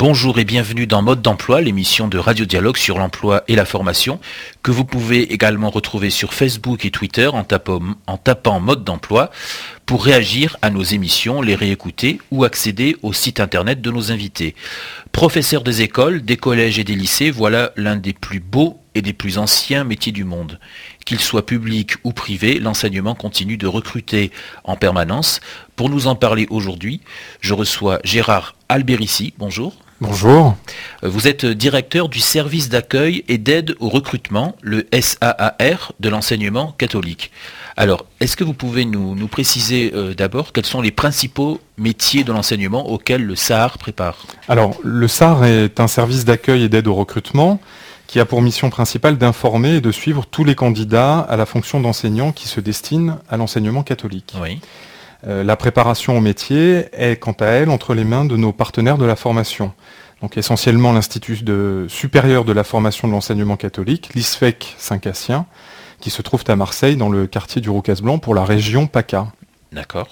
Bonjour et bienvenue dans Mode d'emploi, l'émission de Radio Dialogue sur l'emploi et la formation, que vous pouvez également retrouver sur Facebook et Twitter en tapant Mode d'emploi pour réagir à nos émissions, les réécouter ou accéder au site internet de nos invités. Professeurs des écoles, des collèges et des lycées, voilà l'un des plus beaux et des plus anciens métiers du monde. Qu'il soit public ou privé, l'enseignement continue de recruter en permanence. Pour nous en parler aujourd'hui, je reçois Gérard Alberici. Bonjour. Bonjour. Vous êtes directeur du service d'accueil et d'aide au recrutement, le SAAR, de l'enseignement catholique. Alors, est-ce que vous pouvez nous préciser d'abord quels sont les principaux métiers de l'enseignement auxquels le SAAR prépare ? Alors, le SAAR est un service d'accueil et d'aide au recrutement qui a pour mission principale d'informer et de suivre tous les candidats à la fonction d'enseignant qui se destinent à l'enseignement catholique. Oui. La préparation au métier est, quant à elle, entre les mains de nos partenaires de la formation. Donc essentiellement l'Institut supérieur de la formation de l'enseignement catholique, l'ISFEC Saint-Cassien, qui se trouve à Marseille, dans le quartier du Roucas-Blanc, pour la région PACA. D'accord.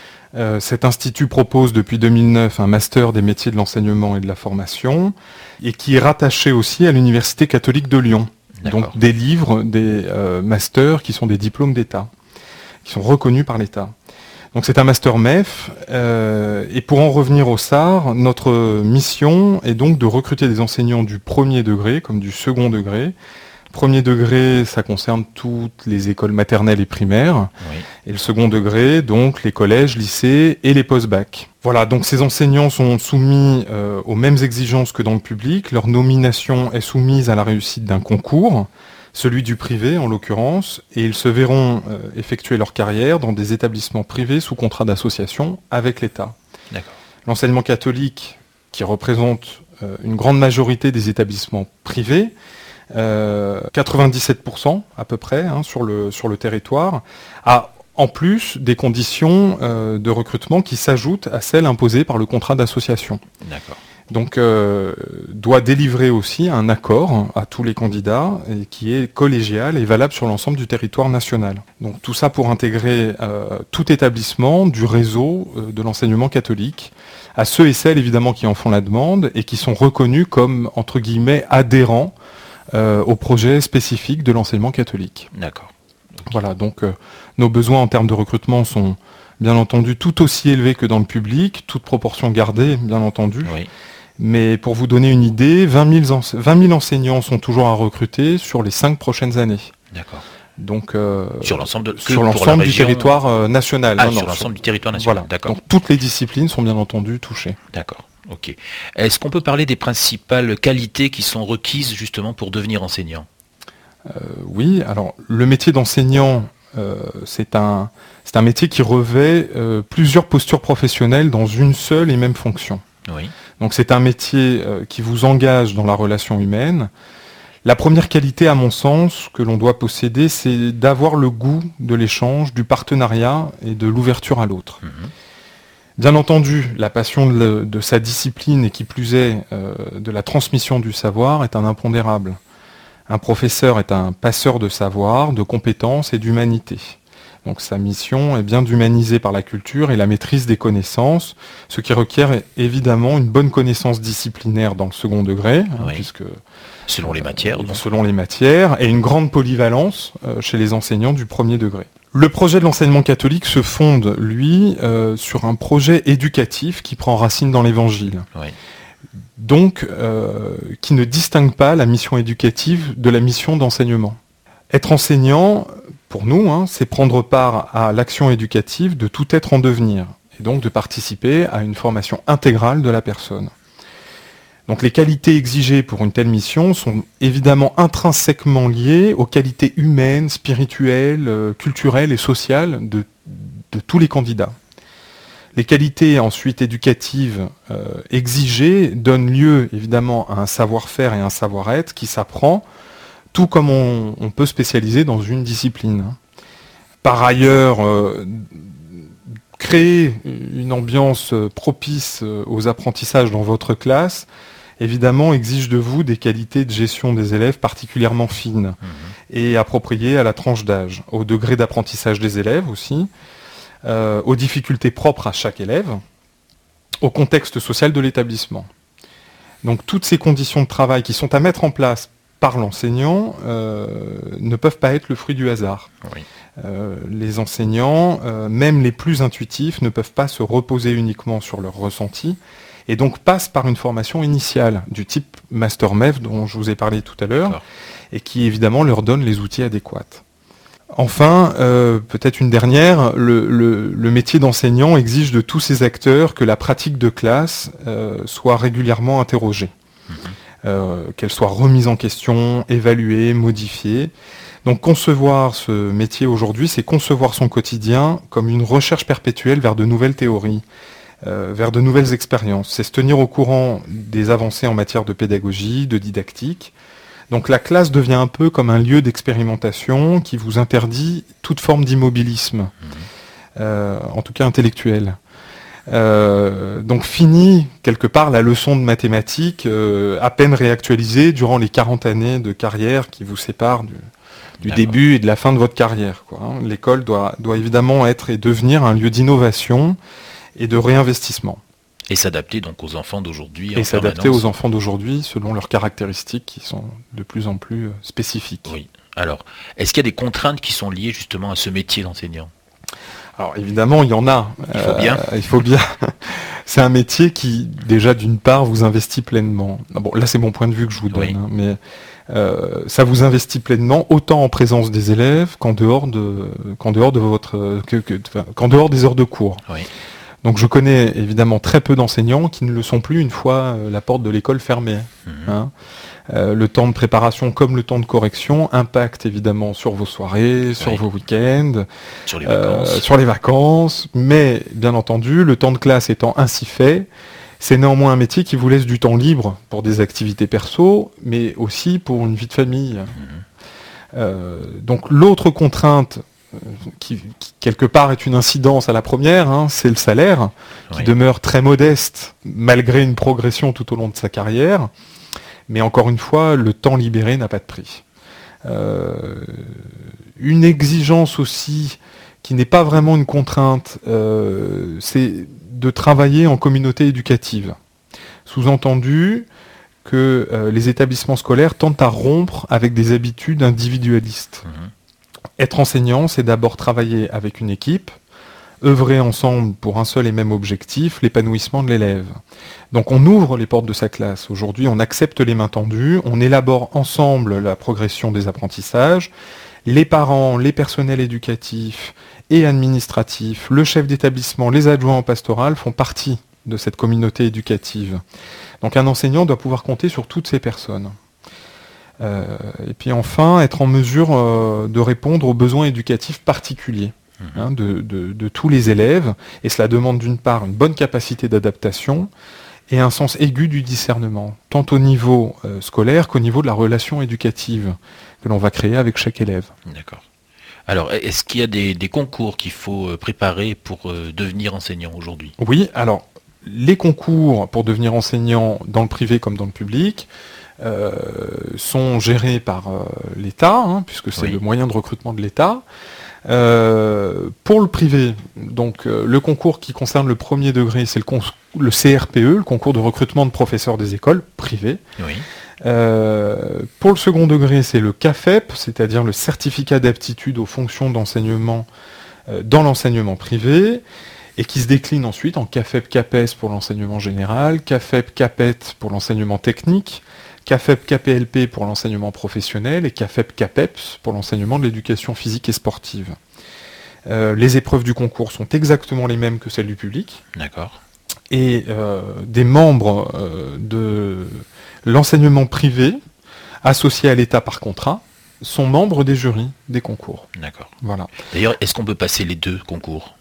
Cet institut propose depuis 2009 un master des métiers de l'enseignement et de la formation, et qui est rattaché aussi à l'Université catholique de Lyon. D'accord. Donc délivre des masters qui sont des diplômes d'État, qui sont reconnus par l'État. Donc c'est un master MEF, et pour en revenir au SAAR, notre mission est donc de recruter des enseignants du premier degré comme du second degré. Premier degré, ça concerne toutes les écoles maternelles et primaires, Oui. et le second degré, donc les collèges, lycées et les post-bac. Voilà, donc ces enseignants sont soumis aux mêmes exigences que dans le public. Leur nomination est soumise à la réussite d'un concours, celui du privé en l'occurrence, et ils se verront effectuer leur carrière dans des établissements privés sous contrat d'association avec l'État. D'accord. L'enseignement catholique, qui représente une grande majorité des établissements privés, 97% à peu près sur le territoire, a en plus des conditions de recrutement qui s'ajoutent à celles imposées par le contrat d'association. D'accord. Donc doit délivrer aussi un accord à tous les candidats et qui est collégial et valable sur l'ensemble du territoire national. Donc tout ça pour intégrer tout établissement du réseau de l'enseignement catholique, à ceux et celles évidemment qui en font la demande et qui sont reconnus comme entre guillemets adhérents au projet spécifique de l'enseignement catholique. D'accord. Voilà, donc nos besoins en termes de recrutement sont bien entendu tout aussi élevés que dans le public, toute proportion gardée bien entendu. Oui. Mais pour vous donner une idée, 20 000 enseignants sont toujours à recruter sur les 5 prochaines années. D'accord. Donc Sur l'ensemble du territoire national. Sur l'ensemble du territoire national. Voilà. D'accord. Donc toutes les disciplines sont bien entendu touchées. D'accord. Ok. Est-ce qu'on peut parler des principales qualités qui sont requises justement pour devenir enseignant ? Oui, alors le métier d'enseignant, c'est un métier qui revêt plusieurs postures professionnelles dans une seule et même fonction. Oui. Donc c'est un métier qui vous engage dans la relation humaine. La première qualité, à mon sens, que l'on doit posséder, c'est d'avoir le goût de l'échange, du partenariat et de l'ouverture à l'autre. Bien entendu, la passion de sa discipline et qui plus est de la transmission du savoir est un impondérable. Un professeur est un passeur de savoir, de compétences et d'humanité. Donc sa mission est bien d'humaniser par la culture et la maîtrise des connaissances, ce qui requiert évidemment une bonne connaissance disciplinaire dans le second degré, Oui. puisque Selon les matières. donc. selon les matières, et une grande polyvalence chez les enseignants du premier degré. Le projet de l'enseignement catholique se fonde, lui, sur un projet éducatif qui prend racine dans l'Évangile. Oui. Donc, qui ne distingue pas la mission éducative de la mission d'enseignement. Être enseignant, pour nous, c'est prendre part à l'action éducative de tout être en devenir, et donc de participer à une formation intégrale de la personne. Donc les qualités exigées pour une telle mission sont évidemment intrinsèquement liées aux qualités humaines, spirituelles, culturelles et sociales de tous les candidats. Les qualités ensuite éducatives exigées donnent lieu évidemment à un savoir-faire et un savoir-être qui s'apprend, tout comme on peut spécialiser dans une discipline. Par ailleurs, créer une ambiance propice aux apprentissages dans votre classe, évidemment, exige de vous des qualités de gestion des élèves particulièrement fines et appropriées à la tranche d'âge, au degré d'apprentissage des élèves aussi, aux difficultés propres à chaque élève, au contexte social de l'établissement. Donc toutes ces conditions de travail qui sont à mettre en place par l'enseignant ne peuvent pas être le fruit du hasard. Oui. Les enseignants, même les plus intuitifs, ne peuvent pas se reposer uniquement sur leur ressenti et donc passent par une formation initiale du type Master MEF dont je vous ai parlé tout à l'heure et qui évidemment leur donne les outils adéquats. Enfin, peut-être une dernière, le métier d'enseignant exige de tous ces acteurs que la pratique de classe soit régulièrement interrogée, qu'elle soit remise en question, évaluée, modifiée. Donc concevoir ce métier aujourd'hui, c'est concevoir son quotidien comme une recherche perpétuelle vers de nouvelles théories, vers de nouvelles expériences. C'est se tenir au courant des avancées en matière de pédagogie, de didactique. Donc la classe devient un peu comme un lieu d'expérimentation qui vous interdit toute forme d'immobilisme, en tout cas intellectuel. Donc fini quelque part la leçon de mathématiques à peine réactualisée durant les 40 années de carrière qui vous séparent du début et de la fin de votre carrière, quoi, hein. L'école doit évidemment être et devenir un lieu d'innovation et de réinvestissement. Et s'adapter donc aux enfants d'aujourd'hui. Et s'adapter aux enfants d'aujourd'hui selon leurs caractéristiques qui sont de plus en plus spécifiques. Oui. Alors, est-ce qu'il y a des contraintes qui sont liées justement à ce métier d'enseignant ? Alors évidemment, il y en a. Il faut bien. Il faut bien. C'est un métier qui, déjà d'une part, vous investit pleinement. Bon, là c'est mon point de vue que je vous donne, hein, mais ça vous investit pleinement, autant en présence des élèves qu'en dehors qu'en dehors des heures de cours. Oui. Donc je connais évidemment très peu d'enseignants qui ne le sont plus une fois la porte de l'école fermée. Hein. Le temps de préparation comme le temps de correction impacte évidemment sur vos soirées, sur vos week-ends, sur les vacances, mais bien entendu, le temps de classe étant ainsi fait, c'est néanmoins un métier qui vous laisse du temps libre pour des activités perso, mais aussi pour une vie de famille. Donc l'autre contrainte qui quelque part est une incidence à la première, hein, c'est le salaire, qui demeure très modeste malgré une progression tout au long de sa carrière. Mais encore une fois, le temps libéré n'a pas de prix. Une exigence aussi, qui n'est pas vraiment une contrainte, c'est de travailler en communauté éducative. Sous-entendu que les établissements scolaires tentent à rompre avec des habitudes individualistes. Être enseignant, c'est d'abord travailler avec une équipe, œuvrer ensemble pour un seul et même objectif, l'épanouissement de l'élève. Donc on ouvre les portes de sa classe. Aujourd'hui, on accepte les mains tendues, on élabore ensemble la progression des apprentissages. Les parents, les personnels éducatifs et administratifs, le chef d'établissement, les adjoints en pastoral font partie de cette communauté éducative. Donc un enseignant doit pouvoir compter sur toutes ces personnes. Et puis enfin, être en mesure de répondre aux besoins éducatifs particuliers de tous les élèves. Et cela demande d'une part une bonne capacité d'adaptation et un sens aigu du discernement, tant au niveau scolaire qu'au niveau de la relation éducative que l'on va créer avec chaque élève. D'accord. Alors, est-ce qu'il y a des concours qu'il faut préparer pour devenir enseignant aujourd'hui ? Oui, alors, les concours pour devenir enseignant dans le privé comme dans le public sont gérés par l'État, hein, puisque c'est le moyen de recrutement de l'État. Pour le privé, donc le concours qui concerne le premier degré, c'est le CRPE, le concours de recrutement de professeurs des écoles privées. Oui. Pour le second degré, c'est le CAFEP, c'est-à-dire le certificat d'aptitude aux fonctions d'enseignement dans l'enseignement privé, et qui se décline ensuite en CAFEP-CAPES pour l'enseignement général, CAFEP-CAPET pour l'enseignement technique, CAFEP-KPLP pour l'enseignement professionnel et CAFEP-CAPEPS pour l'enseignement de l'éducation physique et sportive. Les épreuves du concours sont exactement les mêmes que celles du public. D'accord. Et des membres de l'enseignement privé, associés à l'État par contrat, sont membres des jurys des concours. D'accord. Voilà. D'ailleurs, est-ce qu'on peut passer les deux concours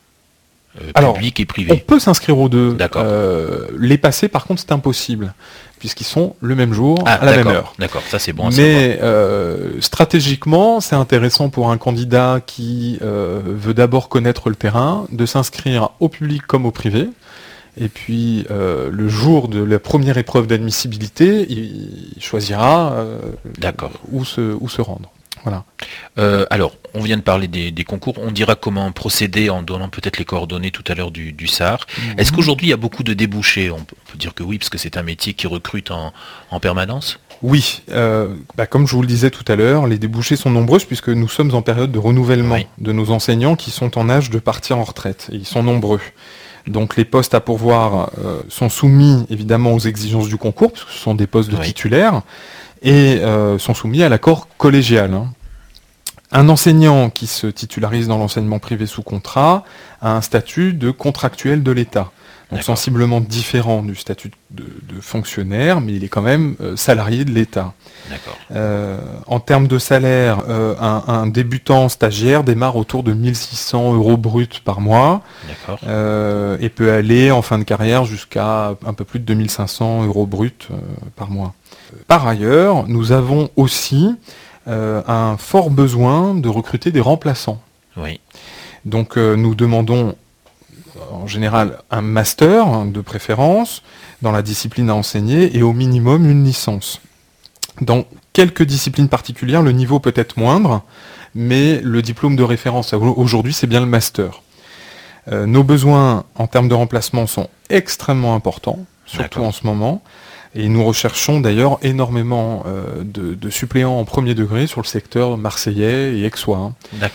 public et privé? On peut s'inscrire aux deux. D'accord. Les passer, par contre, c'est impossible, puisqu'ils sont le même jour, à la même heure. D'accord, ça c'est bon à Mais stratégiquement, c'est intéressant pour un candidat qui veut d'abord connaître le terrain, de s'inscrire au public comme au privé. Et puis, le jour de la première épreuve d'admissibilité, il choisira où se rendre. Voilà. Alors, on vient de parler des concours. On dira comment procéder en donnant peut-être les coordonnées tout à l'heure du SAR. Est-ce qu'aujourd'hui, il y a beaucoup de débouchés? On peut dire que oui, parce que c'est un métier qui recrute en permanence. Oui, comme je vous le disais tout à l'heure, les débouchés sont nombreuses puisque nous sommes en période de renouvellement de nos enseignants qui sont en âge de partir en retraite. Et ils sont nombreux. Donc les postes à pourvoir sont soumis évidemment aux exigences du concours, parce que ce sont des postes de titulaires, et sont soumis à l'accord collégial. Un enseignant qui se titularise dans l'enseignement privé sous contrat a un statut de contractuel de l'État. Donc sensiblement différent du statut de fonctionnaire, mais il est quand même salarié de l'État. En termes de salaire, un débutant stagiaire démarre autour de 1 600 € bruts par mois et peut aller en fin de carrière jusqu'à un peu plus de 2 500 € bruts par mois. Par ailleurs, nous avons aussi un fort besoin de recruter des remplaçants. Donc nous demandons en général un master de préférence dans la discipline à enseigner et au minimum une licence. Dans quelques disciplines particulières, le niveau peut être moindre, mais le diplôme de référence aujourd'hui, c'est bien le master. Nos besoins en termes de remplacement sont extrêmement importants, surtout en ce moment. Et nous recherchons d'ailleurs énormément de suppléants en premier degré sur le secteur marseillais et aixois.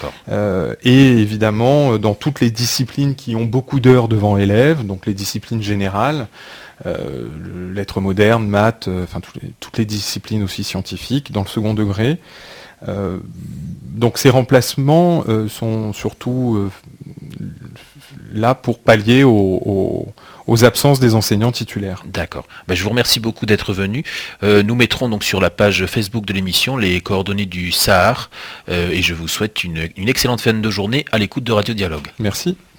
Et évidemment, dans toutes les disciplines qui ont beaucoup d'heures devant élèves, donc les disciplines générales, lettres modernes, maths, toutes les disciplines aussi scientifiques, dans le second degré. Donc ces remplacements sont surtout là pour pallier aux absences des enseignants titulaires. D'accord. Je vous remercie beaucoup d'être venu. Nous mettrons donc sur la page Facebook de l'émission les coordonnées du SAR et je vous souhaite une excellente fin de journée à l'écoute de Radio Dialogue. Merci.